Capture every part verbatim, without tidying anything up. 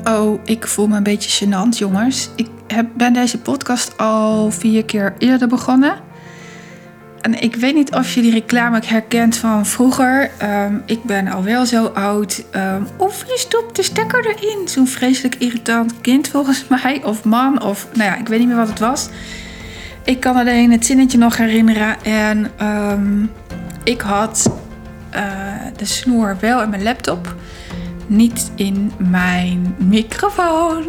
Oh, ik voel me een beetje gênant, jongens. Ik heb, ben deze podcast al vier keer eerder begonnen. En ik weet niet of je die reclame herkent van vroeger. Um, ik ben al wel zo oud. Um, of je stopt de stekker erin. Zo'n vreselijk irritant kind volgens mij. Of man. Of nou ja, ik weet niet meer wat het was. Ik kan alleen het zinnetje nog herinneren. En um, ik had uh, de snoer wel in mijn laptop. Niet in mijn microfoon.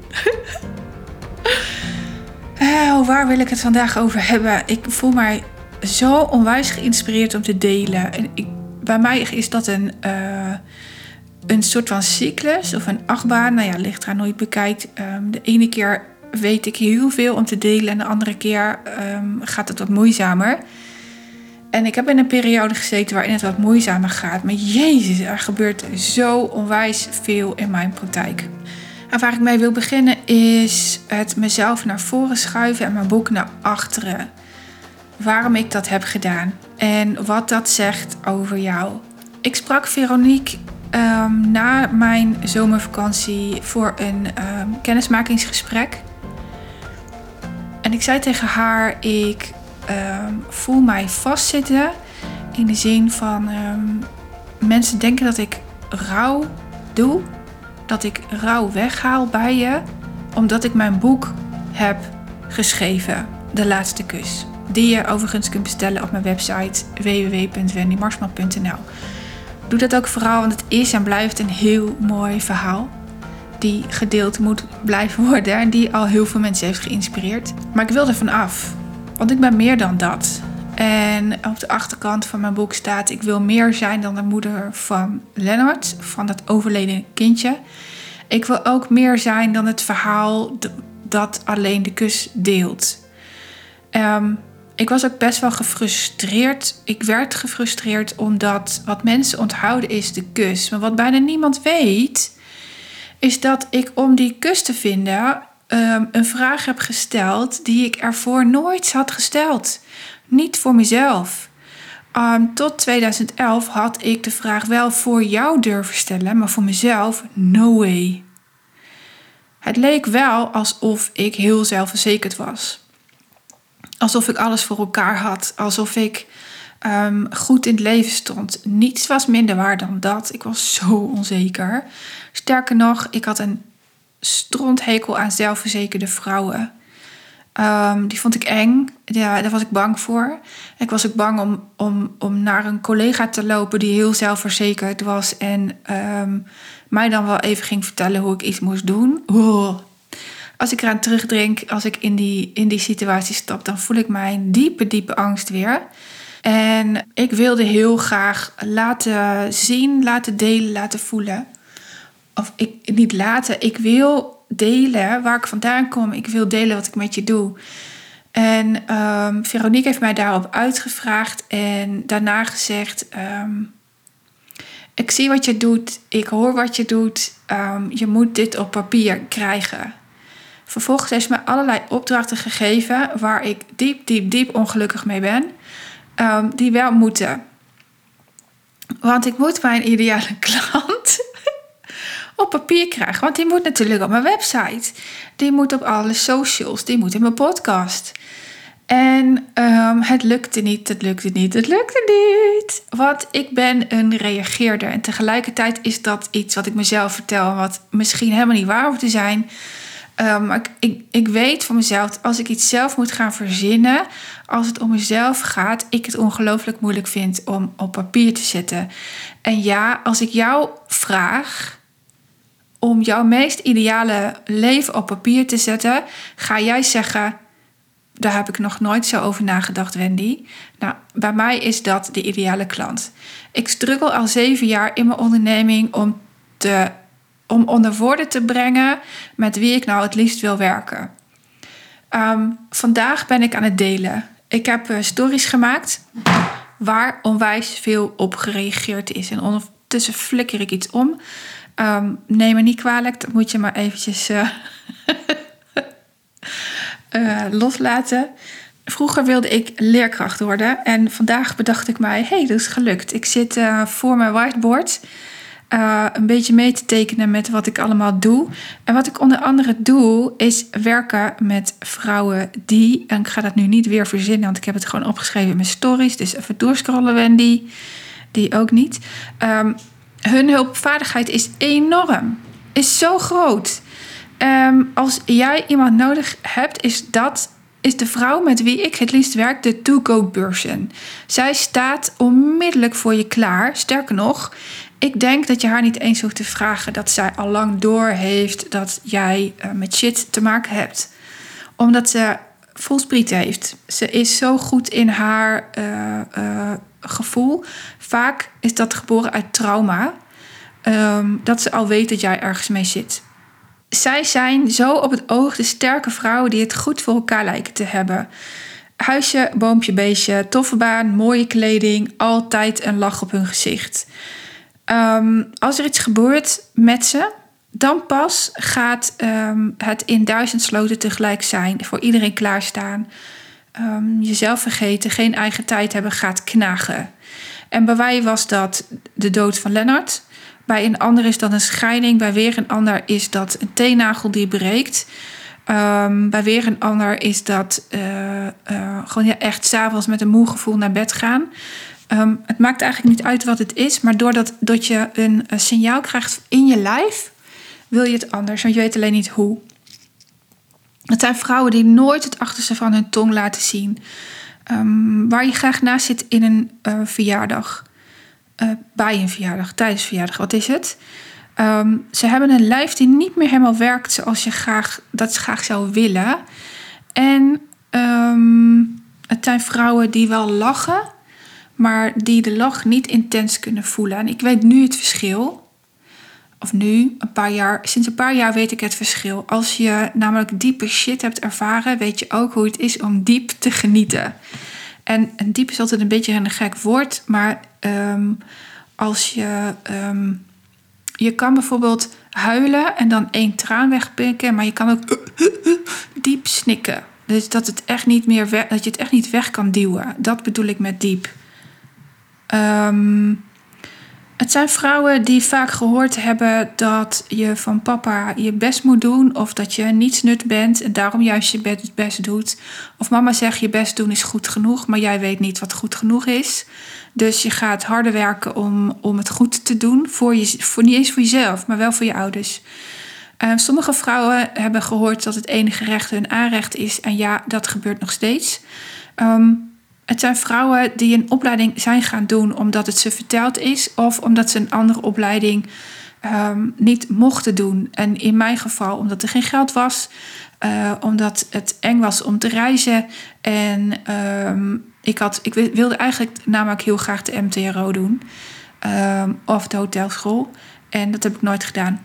Oh, waar wil ik het vandaag over hebben? Ik voel mij zo onwijs geïnspireerd om te delen. En ik, bij mij is dat een, uh, een soort van cyclus of een achtbaan. Nou ja, ligt eraan hoe je het bekijkt. Um, de ene keer weet ik heel veel om te delen en de andere keer um, gaat het wat moeizamer. En ik heb in een periode gezeten waarin het wat moeizamer gaat. Maar jezus, er gebeurt zo onwijs veel in mijn praktijk. En waar ik mee wil beginnen is het mezelf naar voren schuiven en mijn boek naar achteren. Waarom ik dat heb gedaan en wat dat zegt over jou. Ik sprak Veronique um, na mijn zomervakantie voor een um, kennismakingsgesprek. En ik zei tegen haar, ik um, voel mij vastzitten in de zin van um, mensen denken dat ik rouw doe. Dat ik rouw weghaal bij je, omdat ik mijn boek heb geschreven, De Laatste Kus. Die je overigens kunt bestellen op mijn website w w w punt wendy marsman punt n l. Doe dat ook vooral, want het is en blijft een heel mooi verhaal. Die gedeeld moet blijven worden en die al heel veel mensen heeft geïnspireerd. Maar ik wil er van af, want ik ben meer dan dat. En op de achterkant van mijn boek staat: ik wil meer zijn dan de moeder van Lennart, van dat overleden kindje. Ik wil ook meer zijn dan het verhaal dat alleen de kus deelt. Um, ik was ook best wel gefrustreerd. Ik werd gefrustreerd omdat wat mensen onthouden is de kus. Maar wat bijna niemand weet, is dat ik om die kus te vinden um, een vraag heb gesteld die ik ervoor nooit had gesteld. Niet voor mezelf. Um, tot tweeduizend elf had ik de vraag wel voor jou durven stellen, maar voor mezelf, no way. Het leek wel alsof ik heel zelfverzekerd was. Alsof ik alles voor elkaar had. Alsof ik um, goed in het leven stond. Niets was minder waar dan dat. Ik was zo onzeker. Sterker nog, ik had een stronthekel aan zelfverzekerde vrouwen. Um, die vond ik eng. Ja, daar was ik bang voor. Ik was ook bang om, om, om naar een collega te lopen die heel zelfverzekerd was. En um, mij dan wel even ging vertellen hoe ik iets moest doen. Oh. Als ik eraan terugdenk, als ik in die, in die situatie stap, dan voel ik mijn diepe, diepe angst weer. En ik wilde heel graag laten zien, laten delen, laten voelen. Of ik niet laten, ik wil delen waar ik vandaan kom. Ik wil delen wat ik met je doe. En um, Veronique heeft mij daarop uitgevraagd en daarna gezegd: Um, ik zie wat je doet, ik hoor wat je doet. Um, je moet dit op papier krijgen. Vervolgens heeft ze mij allerlei opdrachten gegeven waar ik diep, diep, diep ongelukkig mee ben. Um, die wel moeten. Want ik moet mijn ideale klant op papier krijgen. Want die moet natuurlijk op mijn website. Die moet op alle socials. Die moet in mijn podcast. En um, het lukte niet, het lukte niet, het lukte niet. Want ik ben een reageerder. En tegelijkertijd is dat iets wat ik mezelf vertel, wat misschien helemaal niet waar hoeft te zijn. Um, maar ik, ik, ik weet van mezelf dat als ik iets zelf moet gaan verzinnen, als het om mezelf gaat, ik het ongelooflijk moeilijk vind om op papier te zetten. En ja, als ik jou vraag om jouw meest ideale leven op papier te zetten, ga jij zeggen: daar heb ik nog nooit zo over nagedacht, Wendy. Nou, bij mij is dat de ideale klant. Ik struggle al zeven jaar in mijn onderneming om te om onder woorden te brengen met wie ik nou het liefst wil werken. Um, vandaag ben ik aan het delen. Ik heb uh, stories gemaakt waar onwijs veel op gereageerd is. En ondertussen flikker ik iets om. Um, neem me niet kwalijk, dat moet je maar eventjes uh, uh, loslaten. Vroeger wilde ik leerkracht worden en vandaag bedacht ik mij: hey, dat is gelukt. Ik zit uh, voor mijn whiteboard uh, een beetje mee te tekenen met wat ik allemaal doe. En wat ik onder andere doe, is werken met vrouwen die... en ik ga dat nu niet weer verzinnen, want ik heb het gewoon opgeschreven in mijn stories. Dus even doorscrollen, Wendy. Die ook niet. Um, hun hulpvaardigheid is enorm. Is zo groot. Um, als jij iemand nodig hebt, is dat... is de vrouw met wie ik het liefst werk de to-go-person. Zij staat onmiddellijk voor je klaar. Sterker nog, ik denk dat je haar niet eens hoeft te vragen... dat zij al lang door heeft dat jij uh, met shit te maken hebt. Omdat ze voelspriet heeft. Ze is zo goed in haar uh, uh, gevoel. Vaak is dat geboren uit trauma. Um, dat ze al weet dat jij ergens mee zit. Zij zijn zo op het oog de sterke vrouwen die het goed voor elkaar lijken te hebben. Huisje, boompje, beestje, toffe baan, mooie kleding, altijd een lach op hun gezicht. Um, als er iets gebeurt met ze, dan pas gaat um, het in duizend sloten tegelijk zijn. Voor iedereen klaarstaan. Um, jezelf vergeten, geen eigen tijd hebben, gaat knagen. En bij mij was dat de dood van Lennart. Bij een ander is dat een scheiding. Bij weer een ander is dat een teennagel die breekt. Um, bij weer een ander is dat uh, uh, gewoon ja, echt 's avonds met een moe gevoel naar bed gaan. Um, het maakt eigenlijk niet uit wat het is. Maar doordat dat je een, een signaal krijgt in je lijf, wil je het anders. Want je weet alleen niet hoe. Het zijn vrouwen die nooit het achterste van hun tong laten zien. Um, waar je graag naast zit in een uh, verjaardag. Uh, bij een verjaardag, tijdens een verjaardag, wat is het? Um, ze hebben een lijf die niet meer helemaal werkt zoals je graag, dat ze graag zou willen. En um, het zijn vrouwen die wel lachen, maar die de lach niet intens kunnen voelen. En ik weet nu het verschil. Of nu, een paar jaar, sinds een paar jaar weet ik het verschil. Als je namelijk diepe shit hebt ervaren, weet je ook hoe het is om diep te genieten. En, en diep is altijd een beetje een gek woord, maar um, als je... Um, je kan bijvoorbeeld huilen en dan één traan wegpikken, maar je kan ook diep snikken. Dus dat, het echt niet meer weg, dat je het echt niet weg kan duwen. Dat bedoel ik met diep. Um, het zijn vrouwen die vaak gehoord hebben dat je van papa je best moet doen, of dat je niets nut bent en daarom juist je best doet. Of mama zegt je best doen is goed genoeg, maar jij weet niet wat goed genoeg is. Dus je gaat harder werken om, om het goed te doen. Voor je, voor, niet eens voor jezelf, maar wel voor je ouders. Uh, sommige vrouwen hebben gehoord dat het enige recht hun aanrecht is. En ja, dat gebeurt nog steeds. Um, het zijn vrouwen die een opleiding zijn gaan doen omdat het ze verteld is. Of omdat ze een andere opleiding um, niet mochten doen. En in mijn geval omdat er geen geld was. Uh, omdat het eng was om te reizen. En... Um, Ik, had, ik wilde eigenlijk namelijk heel graag de M T R O doen. Um, of de hotelschool. En dat heb ik nooit gedaan.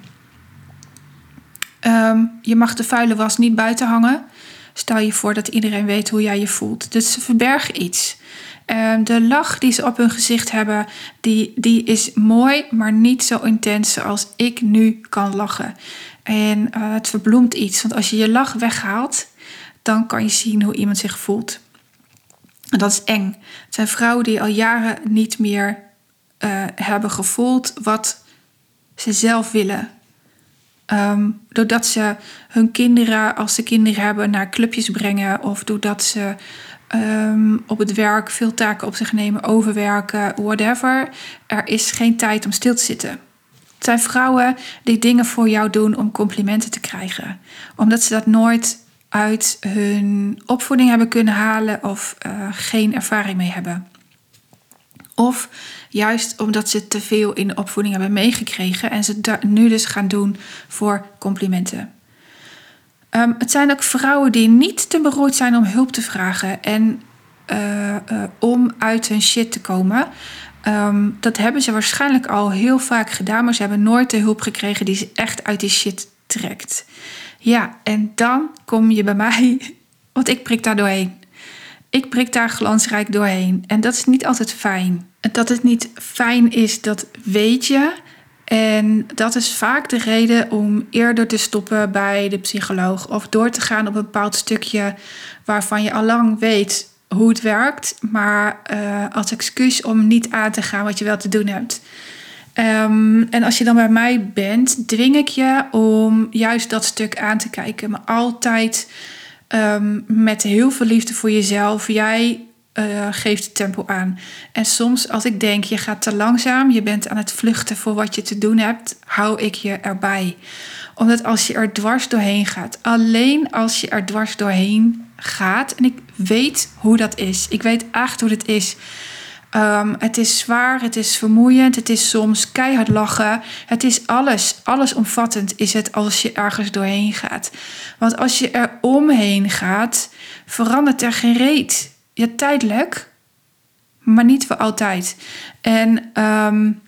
Um, je mag de vuile was niet buiten hangen. Stel je voor dat iedereen weet hoe jij je voelt. Dus ze verbergen iets. Um, de lach die ze op hun gezicht hebben, die, die is mooi, maar niet zo intens zoals ik nu kan lachen. En uh, het verbloemt iets. Want als je je lach weghaalt, dan kan je zien hoe iemand zich voelt. En dat is eng. Het zijn vrouwen die al jaren niet meer uh, hebben gevoeld wat ze zelf willen. Um, doordat ze hun kinderen, als ze kinderen hebben, naar clubjes brengen. Of doordat ze um, op het werk veel taken op zich nemen, overwerken, whatever. Er is geen tijd om stil te zitten. Het zijn vrouwen die dingen voor jou doen om complimenten te krijgen. Omdat ze dat nooit uit hun opvoeding hebben kunnen halen of uh, geen ervaring mee hebben. Of juist omdat ze te veel in de opvoeding hebben meegekregen en ze da- nu dus gaan doen voor complimenten. Um, het zijn ook vrouwen die niet te beroerd zijn om hulp te vragen en uh, uh, om uit hun shit te komen. Um, dat hebben ze waarschijnlijk al heel vaak gedaan, maar ze hebben nooit de hulp gekregen die ze echt uit die shit trekt. Ja, en dan kom je bij mij, want ik prik daar doorheen. Ik prik daar glansrijk doorheen. En dat is niet altijd fijn. Dat het niet fijn is, dat weet je. En dat is vaak de reden om eerder te stoppen bij de psycholoog. Of door te gaan op een bepaald stukje waarvan je al lang weet hoe het werkt. Maar uh, als excuus om niet aan te gaan wat je wel te doen hebt. Um, en als je dan bij mij bent, dwing ik je om juist dat stuk aan te kijken. Maar altijd um, met heel veel liefde voor jezelf. Jij uh, geeft het tempo aan. En soms als ik denk, je gaat te langzaam, je bent aan het vluchten voor wat je te doen hebt, hou ik je erbij. Omdat als je er dwars doorheen gaat, alleen als je er dwars doorheen gaat, en ik weet hoe dat is. Ik weet echt hoe het is. Um, het is zwaar, het is vermoeiend, het is soms keihard lachen. Het is alles, allesomvattend is het als je ergens doorheen gaat. Want als je er omheen gaat, verandert er geen reet. Ja, tijdelijk, maar niet voor altijd. En um,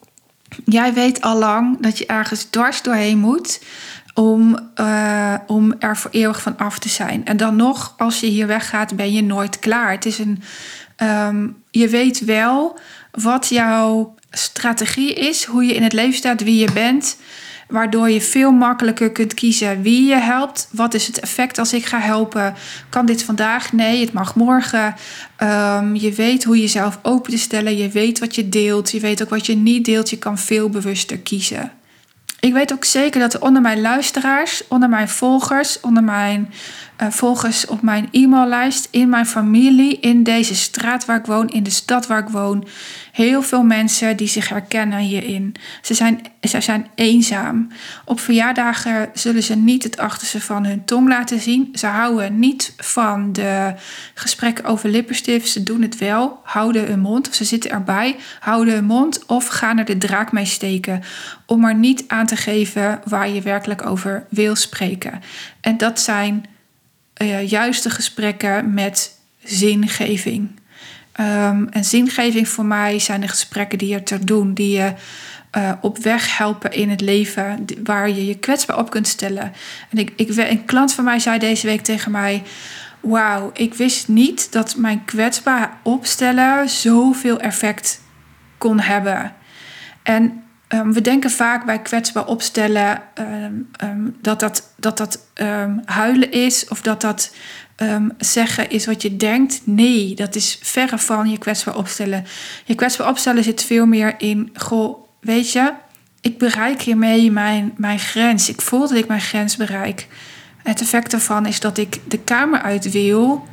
jij weet al lang dat je ergens dwars doorheen moet om, uh, om er voor eeuwig van af te zijn. En dan nog, als je hier weggaat, ben je nooit klaar. Het is een... Um, je weet wel wat jouw strategie is, hoe je in het leven staat, wie je bent, waardoor je veel makkelijker kunt kiezen wie je helpt. Wat is het effect als ik ga helpen? Kan dit vandaag? Nee, het mag morgen. Um, je weet hoe je jezelf open te stellen. Je weet wat je deelt. Je weet ook wat je niet deelt. Je kan veel bewuster kiezen. Ik weet ook zeker dat er onder mijn luisteraars, onder mijn volgers, onder mijn uh, volgers op mijn e-maillijst, in mijn familie, in deze straat waar ik woon, in de stad waar ik woon, heel veel mensen die zich herkennen hierin. Ze zijn, ze zijn eenzaam. Op verjaardagen zullen ze niet het achterste van hun tong laten zien. Ze houden niet van de gesprekken over lippenstift. Ze doen het wel, houden hun mond, of ze zitten erbij, houden hun mond of gaan er de draak mee steken. Om maar niet aan te geven waar je werkelijk over wil spreken. En dat zijn uh, juiste gesprekken met zingeving. Um, en zingeving voor mij zijn de gesprekken die je ter doen, die je uh, op weg helpen in het leven, waar je je kwetsbaar op kunt stellen. En ik, ik, een klant van mij zei deze week tegen mij: wauw, ik wist niet dat mijn kwetsbaar opstellen zoveel effect kon hebben. En Um, we denken vaak bij kwetsbaar opstellen um, um, dat dat, dat, dat um, huilen is of dat dat um, zeggen is wat je denkt. Nee, dat is verre van je kwetsbaar opstellen. Je kwetsbaar opstellen zit veel meer in, goh, weet je, ik bereik hiermee mijn, mijn grens. Ik voel dat ik mijn grens bereik. Het effect daarvan is dat ik de kamer uit wil.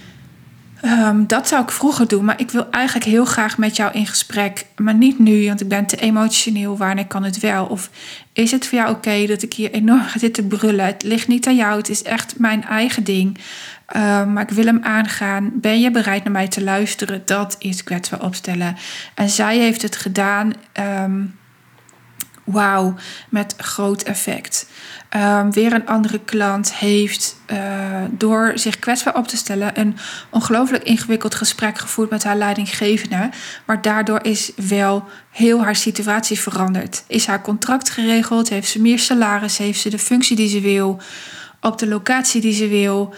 Um, dat zou ik vroeger doen, maar ik wil eigenlijk heel graag met jou in gesprek. Maar niet nu, want ik ben te emotioneel. Wanneer kan het wel? Of is het voor jou oké okay dat ik hier enorm ga zitten brullen? Het ligt niet aan jou, het is echt mijn eigen ding. Um, maar ik wil hem aangaan. Ben je bereid naar mij te luisteren? Dat is kwetsbaar opstellen. En zij heeft het gedaan. Um, Wauw, met groot effect. Um, weer een andere klant heeft uh, door zich kwetsbaar op te stellen een ongelooflijk ingewikkeld gesprek gevoerd met haar leidinggevende. Maar daardoor is wel heel haar situatie veranderd. Is haar contract geregeld? Heeft ze meer salaris? Heeft ze de functie die ze wil? Op de locatie die ze wil?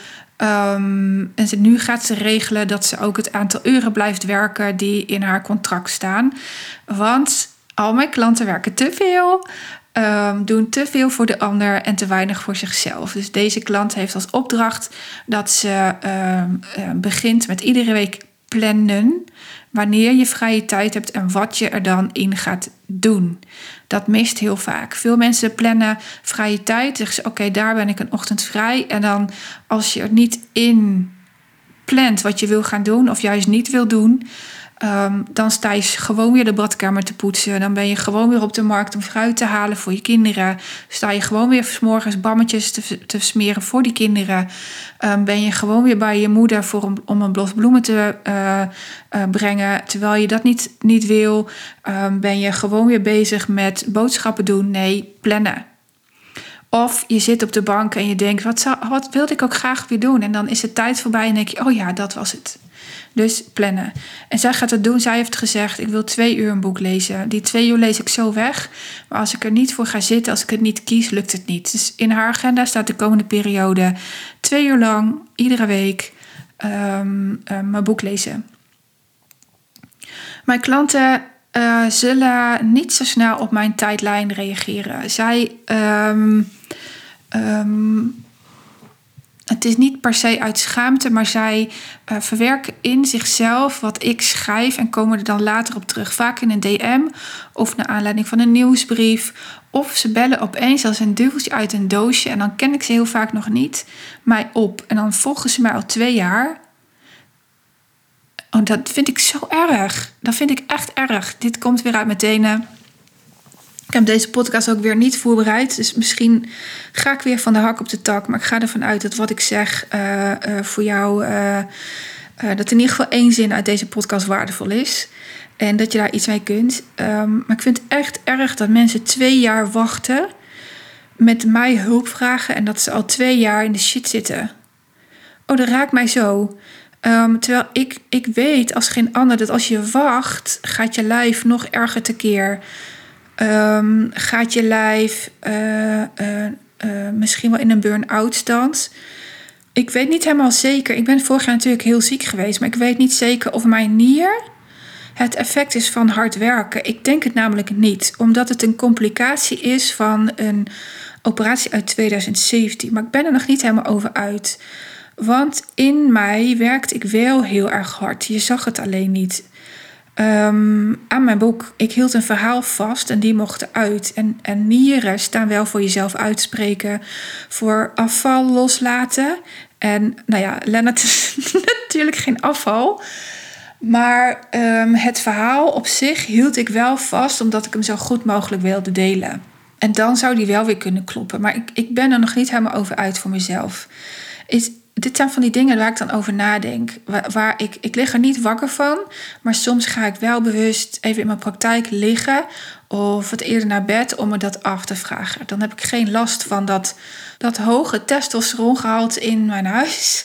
Um, en ze, nu gaat ze regelen dat ze ook het aantal uren blijft werken die in haar contract staan. Want al mijn klanten werken te veel, um, doen te veel voor de ander en te weinig voor zichzelf. Dus deze klant heeft als opdracht dat ze um, uh, begint met iedere week plannen wanneer je vrije tijd hebt en wat je er dan in gaat doen. Dat mist heel vaak. Veel mensen plannen vrije tijd. Zeggen ze, oké, okay, daar ben ik een ochtend vrij. En dan als je er niet in plant wat je wil gaan doen of juist niet wil doen, Um, dan sta je gewoon weer de badkamer te poetsen. Dan ben je gewoon weer op de markt om fruit te halen voor je kinderen. Sta je gewoon weer 's morgens bammetjes te, te smeren voor die kinderen. Um, ben je gewoon weer bij je moeder voor om, om een blos bloemen te uh, uh, brengen. Terwijl je dat niet, niet wil. Um, ben je gewoon weer bezig met boodschappen doen. Nee, plannen. Of je zit op de bank en je denkt, wat, zou, wat wilde ik ook graag weer doen? En dan is de tijd voorbij en denk je, oh ja, dat was het. Dus plannen. En zij gaat het doen. Zij heeft gezegd, ik wil twee uur een boek lezen. Die twee uur lees ik zo weg. Maar als ik er niet voor ga zitten, als ik het niet kies, lukt het niet. Dus in haar agenda staat de komende periode twee uur lang, iedere week, um, um, mijn boek lezen. Mijn klanten uh, zullen niet zo snel op mijn tijdlijn reageren. Zij... Um, um, Het is niet per se uit schaamte, maar zij uh, verwerken in zichzelf wat ik schrijf en komen er dan later op terug. Vaak in een D M of naar aanleiding van een nieuwsbrief. Of ze bellen opeens als een duveltje uit een doosje. En dan ken ik ze heel vaak nog niet, mij op. En dan volgen ze mij al twee jaar. Oh, dat vind ik zo erg. Dat vind ik echt erg. Dit komt weer uit mijn tenen. Ik heb deze podcast ook weer niet voorbereid. Dus misschien ga ik weer van de hak op de tak. Maar ik ga ervan uit dat wat ik zeg uh, uh, voor jou... Uh, uh, dat in ieder geval één zin uit deze podcast waardevol is. En dat je daar iets mee kunt. Um, maar ik vind het echt erg dat mensen twee jaar wachten... met mij hulp vragen... en dat ze al twee jaar in de shit zitten. Oh, dat raakt mij zo... Um, terwijl ik, ik weet als geen ander dat als je wacht... gaat je lijf nog erger tekeer. Um, gaat je lijf uh, uh, uh, misschien wel in een burn-out stand. Ik weet niet helemaal zeker. Ik ben vorig jaar natuurlijk heel ziek geweest... maar ik weet niet zeker of mijn nier het effect is van hard werken. Ik denk het namelijk niet. Omdat het een complicatie is van een operatie uit twintig zeventien. Maar ik ben er nog niet helemaal over uit... Want in mij werkte ik wel heel erg hard. Je zag het alleen niet. Um, aan mijn boek, ik hield een verhaal vast en die mocht eruit. En, en nieren staan wel voor jezelf uitspreken. Voor afval loslaten. En nou ja, Lennart is natuurlijk geen afval. Maar um, het verhaal op zich hield ik wel vast... omdat ik hem zo goed mogelijk wilde delen. En dan zou die wel weer kunnen kloppen. Maar ik, ik ben er nog niet helemaal over uit voor mezelf. Is... Dit zijn van die dingen waar ik dan over nadenk. Waar, waar ik, ik lig er niet wakker van. Maar soms ga ik wel bewust even in mijn praktijk liggen. Of wat eerder naar bed om me dat af te vragen. Dan heb ik geen last van dat, dat hoge testosterongehalte in mijn huis.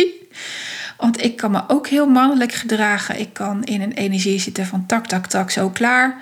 Want ik kan me ook heel mannelijk gedragen. Ik kan in een energie zitten van tak, tak, tak, zo klaar.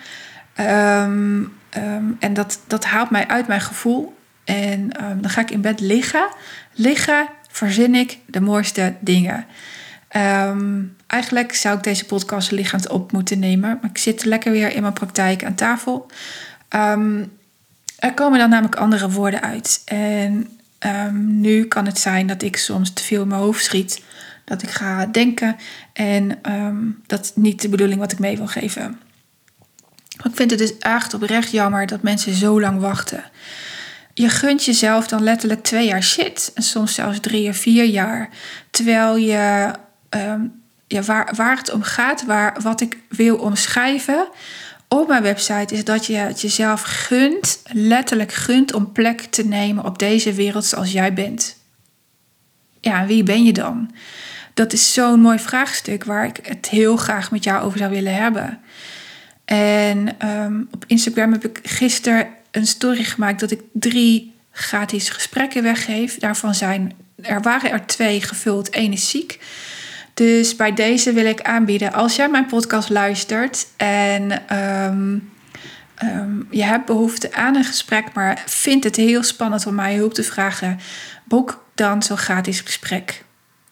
Um, um, en dat, dat haalt mij uit mijn gevoel. En um, dan ga ik in bed liggen. Liggen... verzin ik de mooiste dingen. Um, eigenlijk zou ik deze podcast liggend op moeten nemen. Maar ik zit lekker weer in mijn praktijk aan tafel. Um, er komen dan namelijk andere woorden uit. En um, nu kan het zijn dat ik soms te veel in mijn hoofd schiet. Dat ik ga denken. En um, dat is niet de bedoeling wat ik mee wil geven. Maar ik vind het dus echt oprecht jammer dat mensen zo lang wachten. Je gunt jezelf dan letterlijk twee jaar shit. En soms zelfs drie of vier jaar. Terwijl je, um, ja, waar, waar het om gaat, waar, wat ik wil omschrijven op mijn website... is dat je het jezelf gunt, letterlijk gunt om plek te nemen op deze wereld zoals jij bent. Ja, en wie ben je dan? Dat is zo'n mooi vraagstuk waar ik het heel graag met jou over zou willen hebben. En um, op Instagram heb ik gisteren een story gemaakt dat ik drie gratis gesprekken weggeef. Daarvan zijn er waren er twee gevuld, één is ziek. Dus bij deze wil ik aanbieden, als jij mijn podcast luistert en um, um, je hebt behoefte aan een gesprek, maar vindt het heel spannend om mij hulp te vragen, boek dan zo'n gratis gesprek.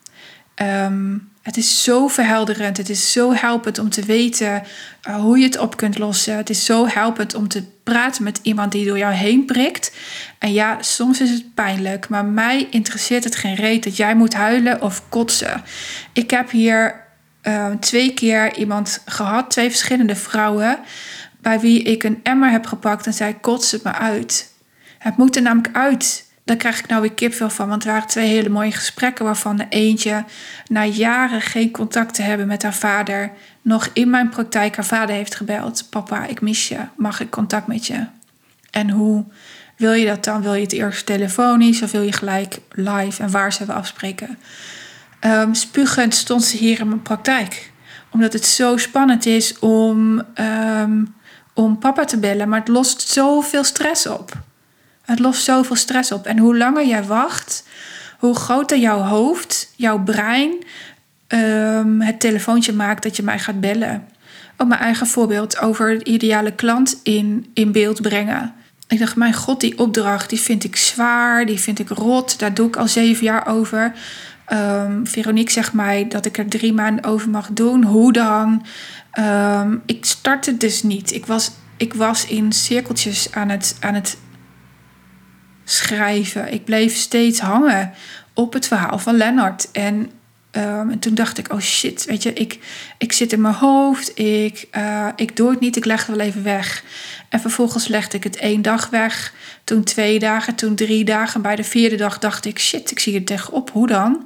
Um, het is zo verhelderend, het is zo helpend om te weten uh, hoe je het op kunt lossen. Het is zo helpend om te praten met iemand die door jou heen prikt. En ja, soms is het pijnlijk, maar mij interesseert het geen reet dat jij moet huilen of kotsen. Ik heb hier uh, twee keer iemand gehad, twee verschillende vrouwen, bij wie ik een emmer heb gepakt en zei, kots het maar uit. Het moet er namelijk uit. Daar krijg ik nou weer kipvel van, want het waren twee hele mooie gesprekken, waarvan de eentje na jaren geen contact te hebben met haar vader nog in mijn praktijk haar vader heeft gebeld. Papa, ik mis je. Mag ik contact met je? En hoe wil je dat dan? Wil je het eerst telefonisch of wil je gelijk live? En waar zullen we afspreken? Um, spugend stond ze hier in mijn praktijk. Omdat het zo spannend is om, um, om papa te bellen. Maar het lost zoveel stress op. Het lost zoveel stress op. En hoe langer jij wacht, hoe groter jouw hoofd, jouw brein um, het telefoontje maakt dat je mij gaat bellen. Op mijn eigen voorbeeld over de ideale klant in, in beeld brengen. Ik dacht, mijn god, die opdracht, die vind ik zwaar, die vind ik rot. Daar doe ik al zeven jaar over. Um, Veronique zegt mij dat ik er drie maanden over mag doen. Hoe dan? Um, ik startte dus niet. Ik was, ik was in cirkeltjes aan het... Aan het schrijven. Ik bleef steeds hangen op het verhaal van Lennart. En, um, en toen dacht ik, oh shit, weet je, ik, ik zit in mijn hoofd. Ik, uh, ik doe het niet, ik leg het wel even weg. En vervolgens legde ik het één dag weg. Toen twee dagen, toen drie dagen. Bij de vierde dag dacht ik, shit, ik zie er tegenop. Hoe dan?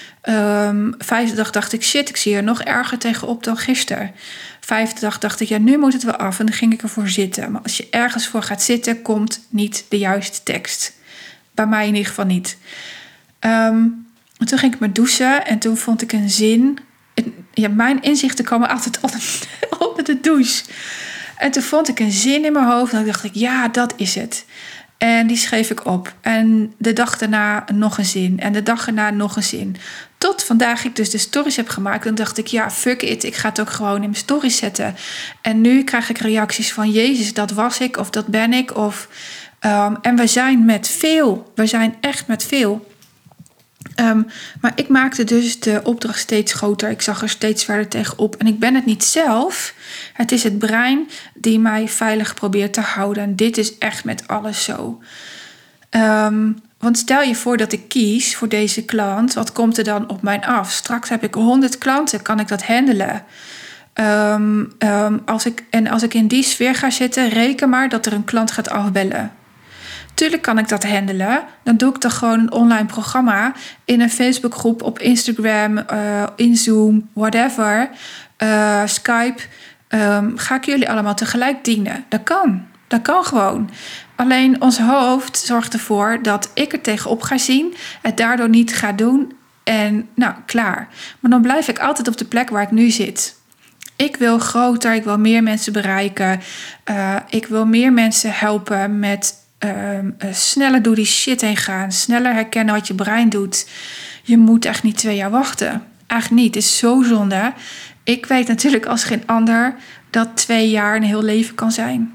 Um, vijfde dag dacht ik, shit, ik zie er nog erger tegenop dan gisteren. Vijfde dag dacht ik, ja, nu moet het wel af. En dan ging ik ervoor zitten. Maar als je ergens voor gaat zitten, komt niet de juiste tekst. Bij mij in ieder geval niet. Um, en toen ging ik me douchen en toen vond ik een zin. Ja, mijn inzichten komen altijd onder de douche. En toen vond ik een zin in mijn hoofd. En dan dacht ik, ja, dat is het. En die schreef ik op. En de dag daarna nog een zin. En de dag daarna nog een zin. Tot vandaag ik dus de stories heb gemaakt. En dacht ik, ja, fuck it. Ik ga het ook gewoon in mijn stories zetten. En nu krijg ik reacties van, Jezus, dat was ik. Of dat ben ik. Of, um, en we zijn met veel. We zijn echt met veel. Um, maar ik maakte dus de opdracht steeds groter. Ik zag er steeds verder tegenop. En ik ben het niet zelf. Het is het brein die mij veilig probeert te houden. En dit is echt met alles zo. Um, want stel je voor dat ik kies voor deze klant. Wat komt er dan op mij af? Straks heb ik honderd klanten. Kan ik dat handelen? Um, um, als ik, en als ik in die sfeer ga zitten, reken maar dat er een klant gaat afbellen. Tuurlijk kan ik dat handelen. Dan doe ik dan gewoon een online programma in een Facebookgroep, op Instagram, uh, in Zoom, whatever, uh, Skype. Um, ga ik jullie allemaal tegelijk dienen? Dat kan. Dat kan gewoon. Alleen ons hoofd zorgt ervoor dat ik er tegenop ga zien, het daardoor niet ga doen en nou, klaar. Maar dan blijf ik altijd op de plek waar ik nu zit. Ik wil groter, ik wil meer mensen bereiken. Uh, ik wil meer mensen helpen met Uh, uh, sneller door die shit heen gaan. Sneller herkennen wat je brein doet. Je moet echt niet twee jaar wachten. Eigenlijk niet. Het is zo zonde. Ik weet natuurlijk als geen ander dat twee jaar een heel leven kan zijn.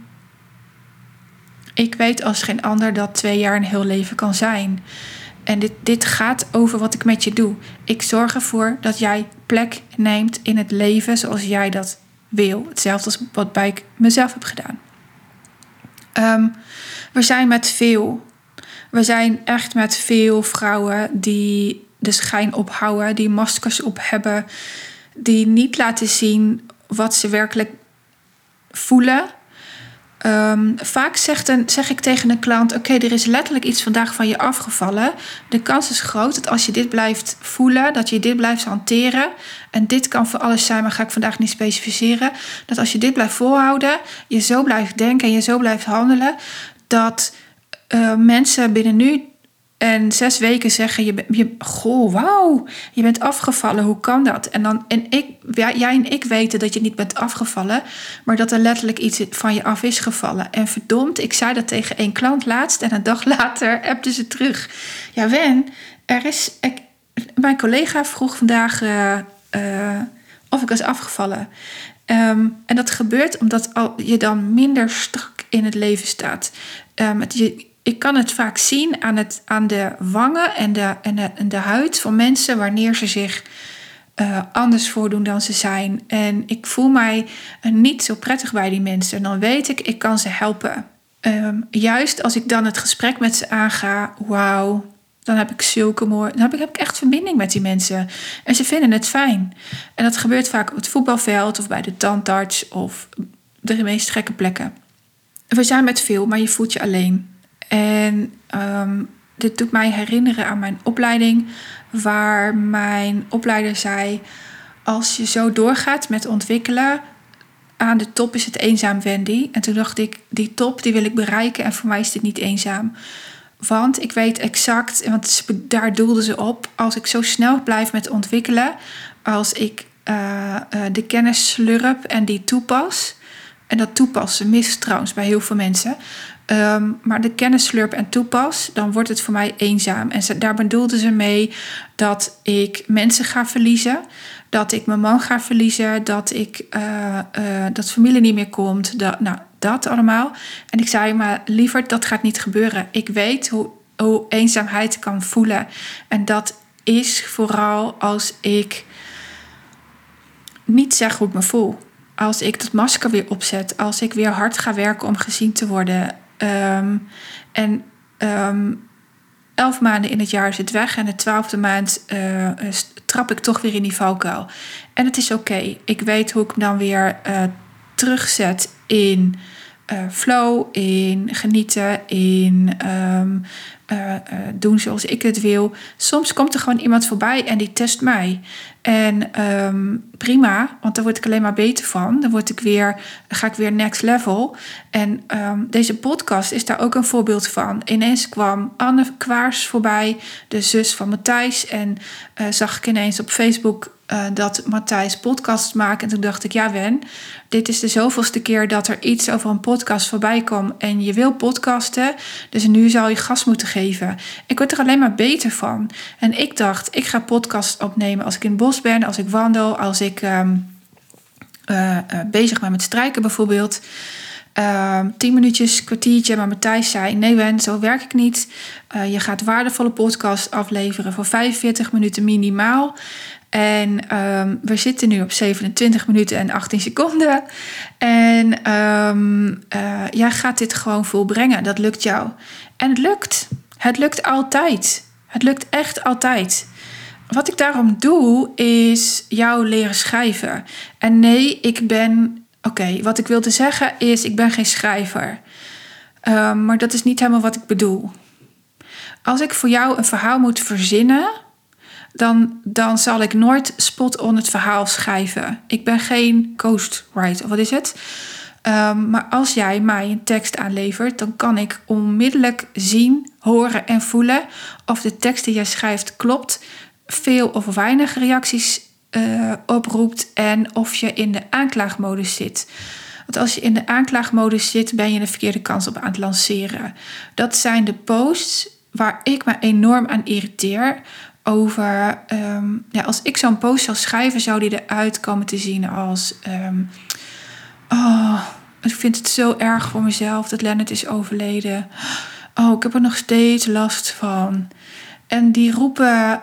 Ik weet als geen ander dat twee jaar een heel leven kan zijn. En dit, dit gaat over wat ik met je doe. Ik zorg ervoor dat jij plek neemt in het leven zoals jij dat wil. Hetzelfde als wat bij ik mezelf heb gedaan. Um, we zijn met veel. We zijn echt met veel vrouwen die de schijn ophouden, die maskers op hebben, die niet laten zien wat ze werkelijk voelen. Um, vaak zegt een, zeg ik tegen een klant, oké, okay, er is letterlijk iets vandaag van je afgevallen. De kans is groot dat als je dit blijft voelen, dat je dit blijft hanteren. En dit kan voor alles zijn, maar ga ik vandaag niet specificeren. Dat als je dit blijft volhouden, je zo blijft denken en je zo blijft handelen, dat uh, mensen binnen nu en zes weken zeggen, je, je, goh, wauw, je bent afgevallen, hoe kan dat? En, dan, en ik, jij en ik weten dat je niet bent afgevallen, maar dat er letterlijk iets van je af is gevallen. En verdomd, ik zei dat tegen één klant laatst en een dag later appte ze terug. Ja, Wen, er is, ik, mijn collega vroeg vandaag uh, uh, of ik was afgevallen. Um, en dat gebeurt omdat al, je dan minder strak in het leven staat. Um, het, je, ik kan het vaak zien aan, het, aan de wangen en de, en, de, en de huid van mensen wanneer ze zich uh, anders voordoen dan ze zijn. En ik voel mij uh, niet zo prettig bij die mensen. En dan weet ik, ik kan ze helpen. Um, juist als ik dan het gesprek met ze aanga, wauw, dan heb ik zulke mooie, dan heb ik, heb ik echt verbinding met die mensen. En ze vinden het fijn. En dat gebeurt vaak op het voetbalveld of bij de tandarts of de meest gekke plekken. We zijn met veel, maar je voelt je alleen. En um, dit doet mij herinneren aan mijn opleiding, waar mijn opleider zei, als je zo doorgaat met ontwikkelen, aan de top is het eenzaam, Wendy. En toen dacht ik, die top die wil ik bereiken en voor mij is dit niet eenzaam. Want ik weet exact, want daar doelden ze op, als ik zo snel blijf met ontwikkelen, als ik uh, uh, de kennis slurp en die toepas. En dat toepassen mist trouwens bij heel veel mensen. Um, maar de kennis slurp en toepas, dan wordt het voor mij eenzaam. En ze, daar bedoelden ze mee dat ik mensen ga verliezen, dat ik mijn man ga verliezen, dat ik uh, uh, dat familie niet meer komt, dat, nou, dat allemaal. En ik zei, maar lieverd, dat gaat niet gebeuren. Ik weet hoe, hoe eenzaamheid kan voelen. En dat is vooral als ik niet zeg hoe ik me voel. Als ik dat masker weer opzet, als ik weer hard ga werken om gezien te worden. Um, en um, elf maanden in het jaar is het weg. En de twaalfde maand uh, trap ik toch weer in die valkuil. En het is oké. Okay. Ik weet hoe ik hem dan weer uh, terugzet in uh, flow, in genieten, in um, uh, uh, doen zoals ik het wil. Soms komt er gewoon iemand voorbij en die test mij. En um, prima, want daar word ik alleen maar beter van. Dan word ik weer, dan ga ik weer next level. En um, deze podcast is daar ook een voorbeeld van. Ineens kwam Anne Kwaars voorbij, de zus van Matthijs. En uh, zag ik ineens op Facebook uh, dat Matthijs podcasts maakt. En toen dacht ik, ja Wen, dit is de zoveelste keer dat er iets over een podcast voorbij komt. En je wil podcasten, dus nu zou je gas moeten geven. Ik word er alleen maar beter van. En ik dacht, ik ga podcast opnemen als ik in het bos ben, als ik wandel, als ik um, uh, uh, bezig ben met strijken bijvoorbeeld. Uh, tien minuutjes, kwartiertje, maar Matthijs zei, nee Wen, zo werk ik niet. Uh, je gaat waardevolle podcast afleveren voor vijfenveertig minuten minimaal. En um, we zitten nu op zevenentwintig minuten en achttien seconden. En um, uh, jij gaat dit gewoon volbrengen. Dat lukt jou. En het lukt. Het lukt altijd. Het lukt echt altijd. Wat ik daarom doe, is jou leren schrijven. En nee, ik ben... Oké, okay, wat ik wilde zeggen is, ik ben geen schrijver. Um, maar dat is niet helemaal wat ik bedoel. Als ik voor jou een verhaal moet verzinnen, dan, dan zal ik nooit spot on het verhaal schrijven. Ik ben geen ghostwriter, of wat is het? Um, maar als jij mij een tekst aanlevert, dan kan ik onmiddellijk zien, horen en voelen of de tekst die jij schrijft klopt, veel of weinig reacties uh, oproept en of je in de aanklaagmodus zit. Want als je in de aanklaagmodus zit, ben je de verkeerde kans op aan het lanceren. Dat zijn de posts waar ik me enorm aan irriteer. Over, um, ja, als ik zo'n post zou schrijven, zou die eruit komen te zien als... Um, oh, ik vind het zo erg voor mezelf dat Lennart is overleden. Oh, ik heb er nog steeds last van. En die roepen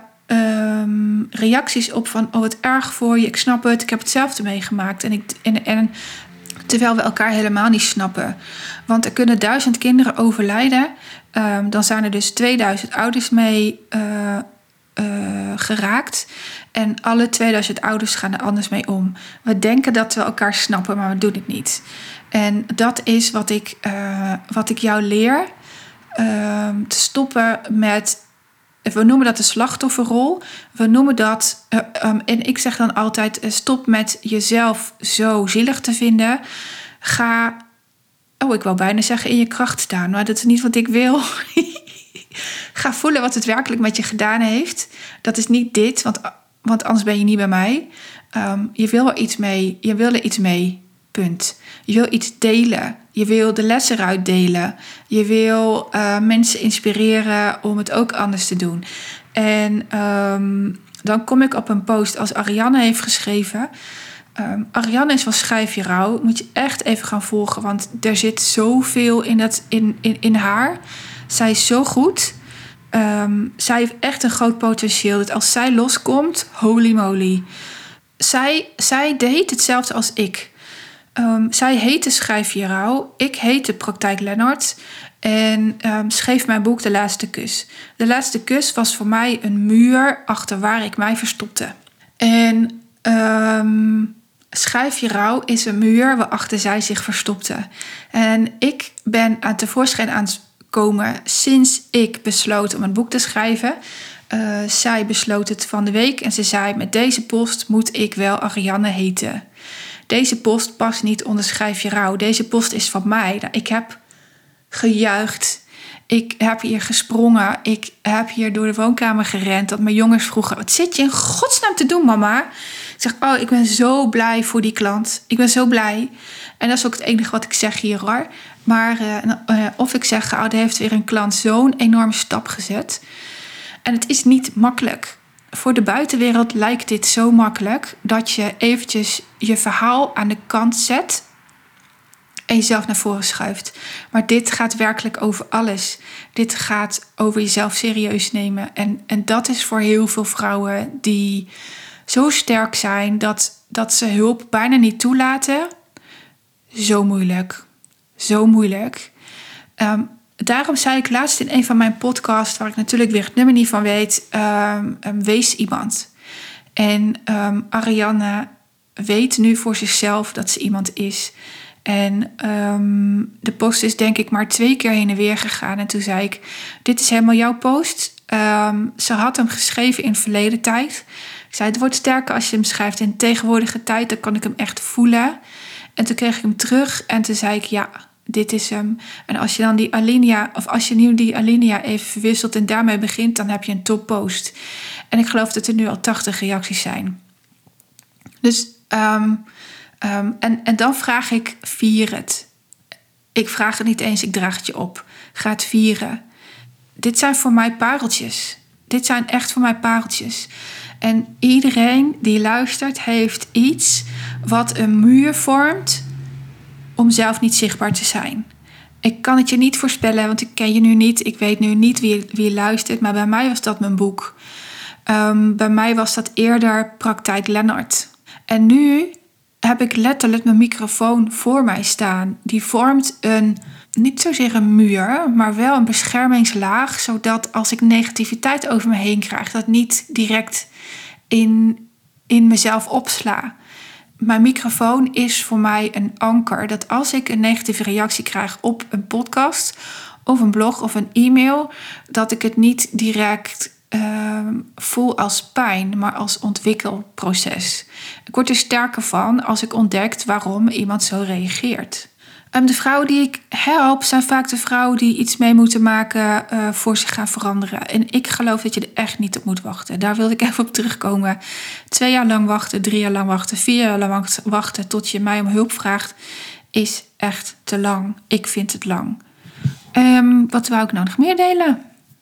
um, reacties op van... oh, wat erg voor je, ik snap het, ik heb hetzelfde meegemaakt. En, ik, en, en terwijl we elkaar helemaal niet snappen. Want er kunnen duizend kinderen overlijden. Um, dan zijn er dus tweeduizend ouders mee... Uh, Uh, geraakt. En alle tweeduizend ouders gaan er anders mee om. We denken dat we elkaar snappen, maar we doen het niet. En dat is wat ik, uh, wat ik jou leer. Uh, te stoppen met... We noemen dat de slachtofferrol. We noemen dat... Uh, um, en ik zeg dan altijd... Uh, stop met jezelf zo zielig te vinden. Ga... Oh, ik wou bijna zeggen in je kracht staan. Maar dat is niet wat ik wil. Ga voelen wat het werkelijk met je gedaan heeft. Dat is niet dit, want, want anders ben je niet bij mij. Um, je wil er iets mee. Je wil er iets mee. Punt. Je wil iets delen. Je wil de lessen eruit delen. Je wil uh, mensen inspireren om het ook anders te doen. En um, dan kom ik op een post als Ariane heeft geschreven. Um, Ariane is van Schrijf je rouw. Moet je echt even gaan volgen, want er zit zoveel in, dat, in, in, in haar. Zij is zo goed. Um, zij heeft echt een groot potentieel. Dat als zij loskomt, holy moly. Zij, zij deed hetzelfde als ik. Um, zij heette Schrijf je rouw. Ik heette Praktijk Lennart. En um, schreef mijn boek De Laatste Kus. De Laatste Kus was voor mij een muur achter waar ik mij verstopte. En um, Schrijf je rouw is een muur waarachter zij zich verstopte. En ik ben aan tevoorschijn aan het komen sinds ik besloot om een boek te schrijven. Uh, zij besloot het van de week en ze zei: met deze post moet ik wel Ariane heten. Deze post past niet onder Schrijf je rouw. Deze post is van mij. Ik heb gejuicht. Ik heb hier gesprongen. Ik heb hier door de woonkamer gerend. Dat mijn jongens vroegen: wat zit je in godsnaam te doen, mama? Ik zeg: oh, ik ben zo blij voor die klant. Ik ben zo blij. En dat is ook het enige wat ik zeg hier, hoor. Maar uh, uh, of ik zeg: oh, er heeft weer een klant zo'n enorme stap gezet. En het is niet makkelijk. Voor de buitenwereld lijkt dit zo makkelijk dat je eventjes je verhaal aan de kant zet en jezelf naar voren schuift. Maar dit gaat werkelijk over alles. Dit gaat over jezelf serieus nemen. En, en dat is voor heel veel vrouwen die zo sterk zijn dat, dat ze hulp bijna niet toelaten. Zo moeilijk. Zo moeilijk. Um, daarom zei ik laatst in een van mijn podcasts, waar ik natuurlijk weer het nummer niet van weet, um, um, wees iemand. En um, Ariane weet nu voor zichzelf dat ze iemand is. En um, de post is denk ik maar twee keer heen en weer gegaan. En toen zei ik, dit is helemaal jouw post. Um, ze had hem geschreven in verleden tijd. Ik zei, het wordt sterker als je hem schrijft in tegenwoordige tijd. Dan kan ik hem echt voelen. En toen kreeg ik hem terug en toen zei ik, ja, dit is hem. En als je dan die alinea, of als je nu die alinea even verwisselt en daarmee begint, dan heb je een toppost. En ik geloof dat er nu al tachtig reacties zijn. Dus, um, um, en, en dan vraag ik, vier het. Ik vraag het niet eens, ik draag het je op. Ga het vieren. Dit zijn voor mij pareltjes. Dit zijn echt voor mij pareltjes. En iedereen die luistert heeft iets wat een muur vormt om zelf niet zichtbaar te zijn. Ik kan het je niet voorspellen, want ik ken je nu niet. Ik weet nu niet wie, wie luistert, maar bij mij was dat mijn boek. Um, bij mij was dat eerder Praktijk Lennart. En nu heb ik letterlijk mijn microfoon voor mij staan. Die vormt een, niet zozeer een muur, maar wel een beschermingslaag, zodat als ik negativiteit over me heen krijg, dat niet direct in, in mezelf opsla. Mijn microfoon is voor mij een anker. Dat als ik een negatieve reactie krijg op een podcast of een blog of een e-mail, dat ik het niet direct uh, voel als pijn, maar als ontwikkelproces. Ik word er sterker van als ik ontdek waarom iemand zo reageert. Um, de vrouwen die ik help zijn vaak de vrouwen die iets mee moeten maken uh, voor zich gaan veranderen. En ik geloof dat je er echt niet op moet wachten. Daar wilde ik even op terugkomen. Twee jaar lang wachten, drie jaar lang wachten, vier jaar lang wachten tot je mij om hulp vraagt, is echt te lang. Ik vind het lang. Um, wat wou ik nou nog meer delen?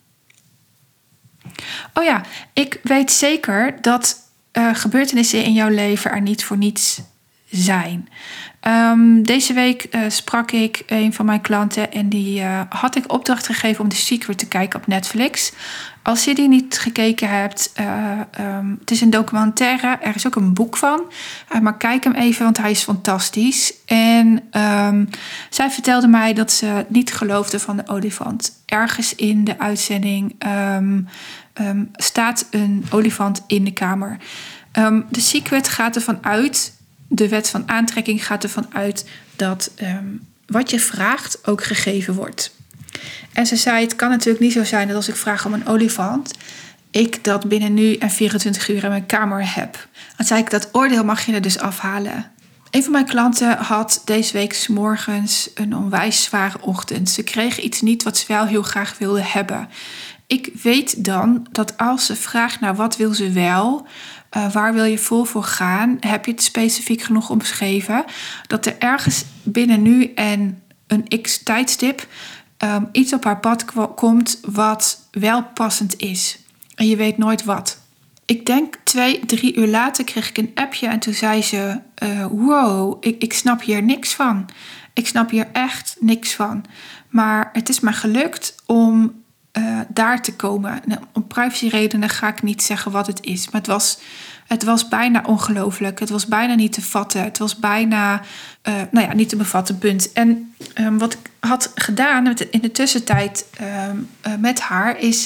Oh ja, ik weet zeker dat uh, gebeurtenissen in jouw leven er niet voor niets zijn. Um, deze week uh, sprak ik een van mijn klanten en die uh, had ik opdracht gegeven om The Secret te kijken op Netflix. Als je die niet gekeken hebt, uh, um, het is een documentaire, er is ook een boek van. Uh, maar kijk hem even, want hij is fantastisch. En um, zij vertelde mij dat ze niet geloofde van de olifant. Ergens in de uitzending um, um, staat een olifant in de kamer. Um, The Secret gaat ervan uit, de wet van aantrekking gaat ervan uit dat um, wat je vraagt ook gegeven wordt. En ze zei, het kan natuurlijk niet zo zijn dat als ik vraag om een olifant, ik dat binnen nu en vierentwintig uur in mijn kamer heb. Dan zei ik, dat oordeel mag je er dus afhalen. Een van mijn klanten had deze week 's morgens een onwijs zware ochtend. Ze kreeg iets niet wat ze wel heel graag wilde hebben. Ik weet dan dat als ze vraagt naar wat wil ze wel, Uh, waar wil je vol voor gaan? Heb je het specifiek genoeg omschreven? Dat er ergens binnen nu en een x tijdstip um, iets op haar pad k- komt wat wel passend is. En je weet nooit wat. Ik denk twee, drie uur later kreeg ik een appje en toen zei ze, Uh, wow, ik, ik snap hier niks van. Ik snap hier echt niks van. Maar het is me gelukt om Uh, daar te komen. Nou, om privacyredenen ga ik niet zeggen wat het is. Maar het was, het was bijna ongelooflijk. Het was bijna niet te vatten. Het was bijna uh, nou ja, niet te bevatten, punt. En um, wat ik had gedaan in de tussentijd um, uh, met haar is,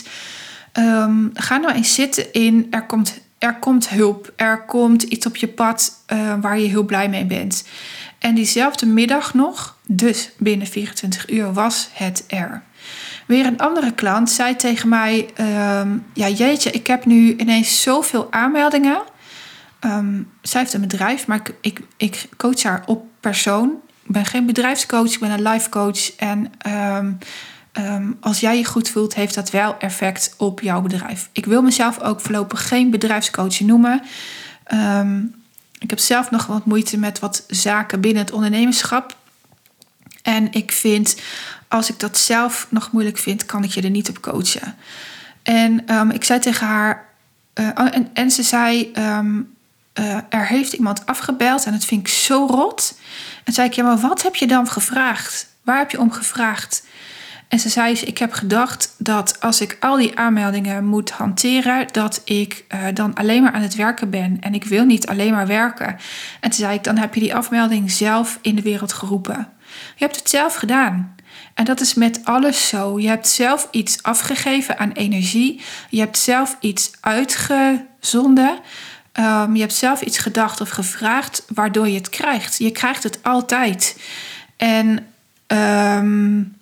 Um, ga nou eens zitten in, er komt, er komt hulp. Er komt iets op je pad uh, waar je heel blij mee bent. En diezelfde middag nog, dus binnen vierentwintig uur, was het er. Weer een andere klant zei tegen mij, Um, ja jeetje, ik heb nu ineens zoveel aanmeldingen. Um, zij heeft een bedrijf, maar ik, ik, ik coach haar op persoon. Ik ben geen bedrijfscoach, ik ben een life coach. En um, um, als jij je goed voelt, heeft dat wel effect op jouw bedrijf. Ik wil mezelf ook voorlopig geen bedrijfscoach noemen. Um, ik heb zelf nog wat moeite met wat zaken binnen het ondernemerschap. En ik vind, als ik dat zelf nog moeilijk vind, kan ik je er niet op coachen. En um, ik zei tegen haar, uh, en, en ze zei, um, uh, er heeft iemand afgebeld en dat vind ik zo rot. En zei ik, ja, maar wat heb je dan gevraagd? Waar heb je om gevraagd? En ze zei, ik heb gedacht dat als ik al die aanmeldingen moet hanteren, dat ik uh, dan alleen maar aan het werken ben. En ik wil niet alleen maar werken. En toen zei ik, dan heb je die afmelding zelf in de wereld geroepen. Je hebt het zelf gedaan. En dat is met alles zo. Je hebt zelf iets afgegeven aan energie. Je hebt zelf iets uitgezonden. Um, je hebt zelf iets gedacht of gevraagd waardoor je het krijgt. Je krijgt het altijd. En um,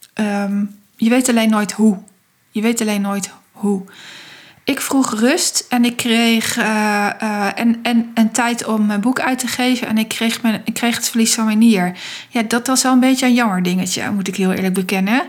um, je weet alleen nooit hoe. Je weet alleen nooit hoe. Ik vroeg rust en ik kreeg uh, uh, en, en, en tijd om mijn boek uit te geven. En ik kreeg, mijn, ik kreeg het verlies van mijn nier. Ja, dat was wel een beetje een jammer dingetje, moet ik heel eerlijk bekennen.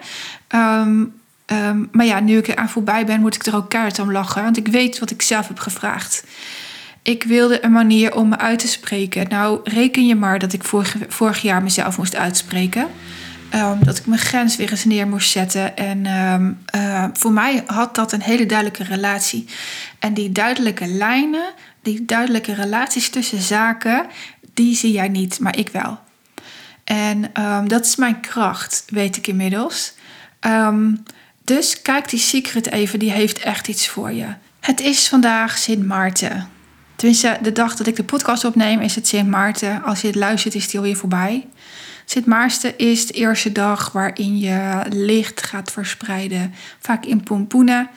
Um, um, maar ja, nu ik er aan voorbij ben, moet ik er ook keihard om lachen. Want ik weet wat ik zelf heb gevraagd. Ik wilde een manier om me uit te spreken. Nou, reken je maar dat ik vorig, vorig jaar mezelf moest uitspreken. Um, dat ik mijn grens weer eens neer moest zetten. En um, uh, voor mij had dat een hele duidelijke relatie. En die duidelijke lijnen, die duidelijke relaties tussen zaken, die zie jij niet, maar ik wel. En um, dat is mijn kracht, weet ik inmiddels. Um, dus kijk die secret even, die heeft echt iets voor je. Het is vandaag Sint Maarten. Tenminste, de dag dat ik de podcast opneem is het Sint Maarten. Als je het luistert is die alweer voorbij. Sint Maarten is de eerste dag waarin je licht gaat verspreiden. Vaak in pompoenen.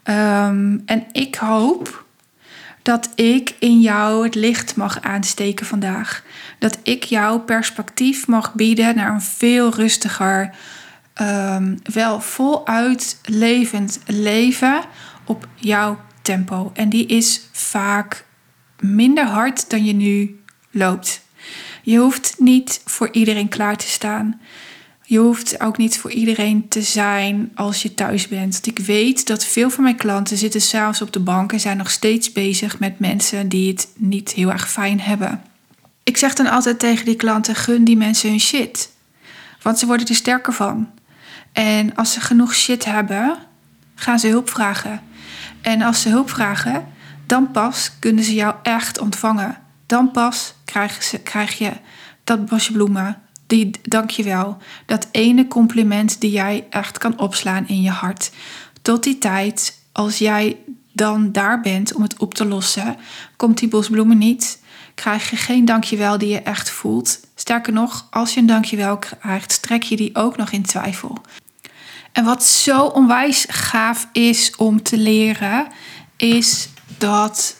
Um, en ik hoop dat ik in jou het licht mag aansteken vandaag. Dat ik jou perspectief mag bieden naar een veel rustiger, um, wel voluit levend leven op jouw tempo. En die is vaak minder hard dan je nu loopt. Je hoeft niet voor iedereen klaar te staan. Je hoeft ook niet voor iedereen te zijn als je thuis bent. Want ik weet dat veel van mijn klanten zitten 's avonds op de bank en zijn nog steeds bezig met mensen die het niet heel erg fijn hebben. Ik zeg dan altijd tegen die klanten, gun die mensen hun shit. Want ze worden er sterker van. En als ze genoeg shit hebben, gaan ze hulp vragen. En als ze hulp vragen, dan pas kunnen ze jou echt ontvangen. Dan pas krijg, ze, krijg je dat bosje bloemen, die dankjewel. Dat ene compliment die jij echt kan opslaan in je hart. Tot die tijd, als jij dan daar bent om het op te lossen, komt die bos bloemen niet. Krijg je geen dankjewel die je echt voelt. Sterker nog, als je een dankjewel krijgt, strek je die ook nog in twijfel. En wat zo onwijs gaaf is om te leren, is dat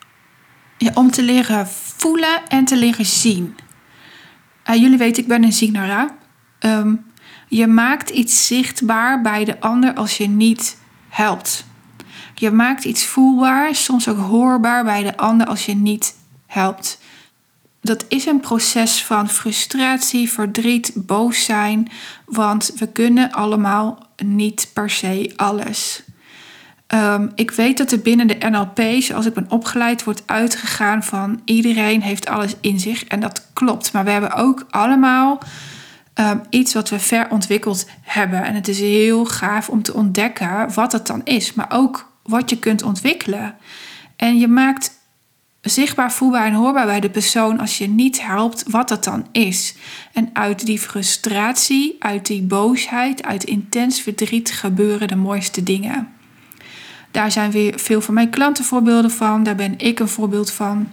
ja, om te leren voelen en te leren zien. Uh, jullie weten, ik ben een ziener. Um, je maakt iets zichtbaar bij de ander als je niet helpt. Je maakt iets voelbaar, soms ook hoorbaar bij de ander als je niet helpt. Dat is een proces van frustratie, verdriet, boos zijn. Want we kunnen allemaal niet per se alles. Um, ik weet dat er binnen de N L P, zoals ik ben opgeleid, wordt uitgegaan van iedereen heeft alles in zich. En dat klopt. Maar we hebben ook allemaal um, iets wat we verontwikkeld hebben. En het is heel gaaf om te ontdekken wat het dan is. Maar ook wat je kunt ontwikkelen. En je maakt zichtbaar, voelbaar en hoorbaar bij de persoon als je niet helpt wat dat dan is. En uit die frustratie, uit die boosheid, uit intens verdriet gebeuren de mooiste dingen. Daar zijn weer veel van mijn klanten voorbeelden van. Daar ben ik een voorbeeld van.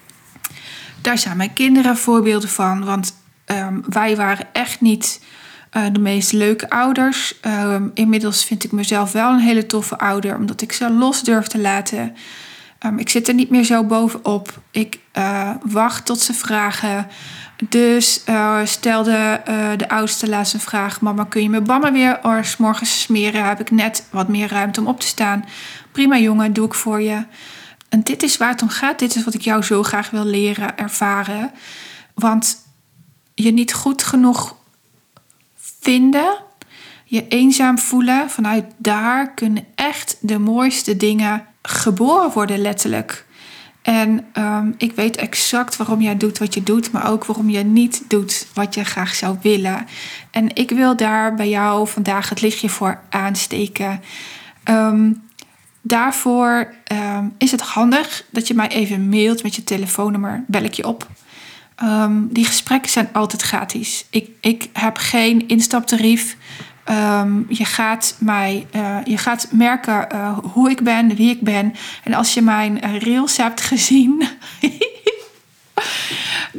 Daar zijn mijn kinderen voorbeelden van. Want um, wij waren echt niet uh, de meest leuke ouders. Um, inmiddels vind ik mezelf wel een hele toffe ouder. Omdat ik ze los durf te laten. Um, ik zit er niet meer zo bovenop. Ik uh, wacht tot ze vragen. Dus uh, stelde uh, de oudste laatst een vraag. Mama, kun je mijn bammen weer or 's morgens smeren? Heb ik net wat meer ruimte om op te staan. Prima jongen, doe ik voor je. En dit is waar het om gaat. Dit is wat ik jou zo graag wil leren, ervaren. Want je niet goed genoeg vinden, je eenzaam voelen, vanuit daar kunnen echt de mooiste dingen geboren worden, letterlijk. En um, ik weet exact waarom jij doet wat je doet, maar ook waarom je niet doet wat je graag zou willen. En ik wil daar bij jou vandaag het lichtje voor aansteken. Um, daarvoor um, is het handig dat je mij even mailt met je telefoonnummer, bel ik je op. Um, die gesprekken zijn altijd gratis. Ik, ik heb geen instaptarief. Um, je gaat mij, uh, je gaat merken uh, hoe ik ben, wie ik ben. En als je mijn uh, reels hebt gezien,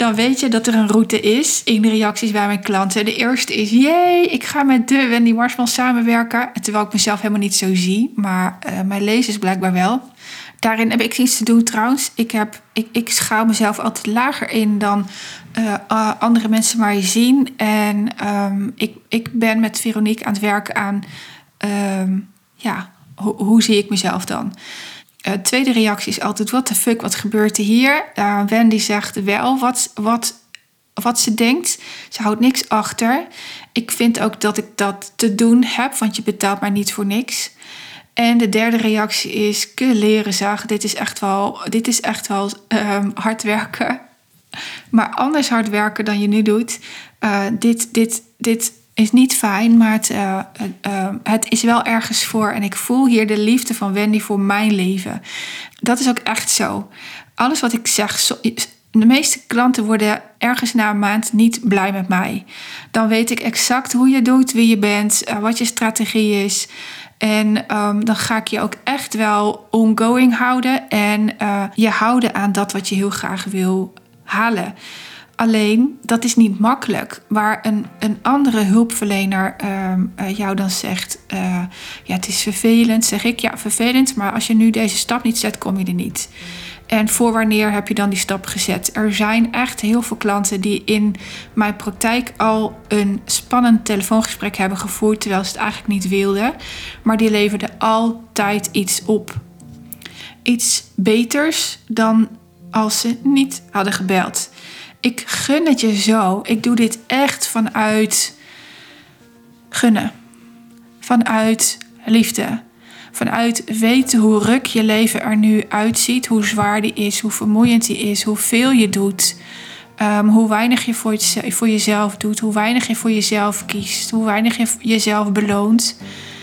dan weet je dat er een route is in de reacties bij mijn klanten. De eerste is, jee, ik ga met de Wendy Marsman samenwerken. Terwijl ik mezelf helemaal niet zo zie, maar uh, mijn lezers blijkbaar wel. Daarin heb ik iets te doen trouwens. Ik, heb, ik, ik schaal mezelf altijd lager in dan uh, uh, andere mensen mij zien. En um, ik, ik ben met Veronique aan het werken aan... Um, ja, ho- hoe zie ik mezelf dan? Uh, tweede reactie is altijd, what the fuck, wat gebeurt er hier? Uh, Wendy zegt wel wat, wat, wat ze denkt. Ze houdt niks achter. Ik vind ook dat ik dat te doen heb, want je betaalt mij niet voor niks. En de derde reactie is, kun je leren zagen, dit is echt wel, dit is echt wel um, hard werken. Maar anders hard werken dan je nu doet. Uh, dit, dit, dit is niet fijn, maar het, uh, uh, het is wel ergens voor. En ik voel hier de liefde van Wendy voor mijn leven. Dat is ook echt zo. Alles wat ik zeg, zo, de meeste klanten worden ergens na een maand niet blij met mij. Dan weet ik exact hoe je doet, wie je bent, uh, wat je strategie is. En um, dan ga ik je ook echt wel ongoing houden. En uh, je houden aan dat wat je heel graag wil halen. Alleen, dat is niet makkelijk. Waar een, een andere hulpverlener um, uh, jou dan zegt... Uh, ja, het is vervelend. Zeg ik, ja, vervelend. Maar als je nu deze stap niet zet, kom je er niet. En voor wanneer heb je dan die stap gezet? Er zijn echt heel veel klanten die in mijn praktijk al een spannend telefoongesprek hebben gevoerd, terwijl ze het eigenlijk niet wilden. Maar die leverden altijd iets op. Iets beters dan als ze niet hadden gebeld. Ik gun het je zo. Ik doe dit echt vanuit gunnen. Vanuit liefde. Vanuit weten hoe ruk je leven er nu uitziet. Hoe zwaar die is. Hoe vermoeiend die is. Hoeveel je doet. Um, hoe weinig je voor, het, voor jezelf doet. Hoe weinig je voor jezelf kiest. Hoe weinig je jezelf beloont.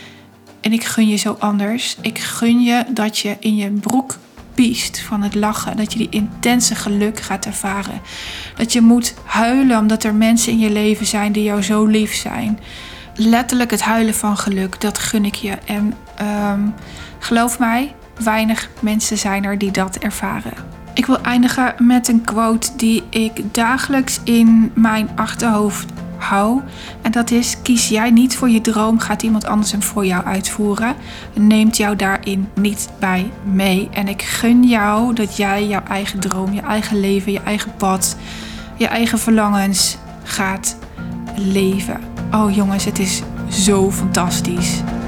En ik gun je zo anders. Ik gun je dat je in je broek piest van het lachen. Dat je die intense geluk gaat ervaren. Dat je moet huilen omdat er mensen in je leven zijn die jou zo lief zijn. Letterlijk het huilen van geluk, dat gun ik je. En um, geloof mij, weinig mensen zijn er die dat ervaren. Ik wil eindigen met een quote die ik dagelijks in mijn achterhoofd hou. En dat is, kies jij niet voor je droom, gaat iemand anders hem voor jou uitvoeren. Neemt jou daarin niet bij mee. En ik gun jou dat jij jouw eigen droom, je eigen leven, je eigen pad, je eigen verlangens gaat leven. Oh jongens, het is zo fantastisch.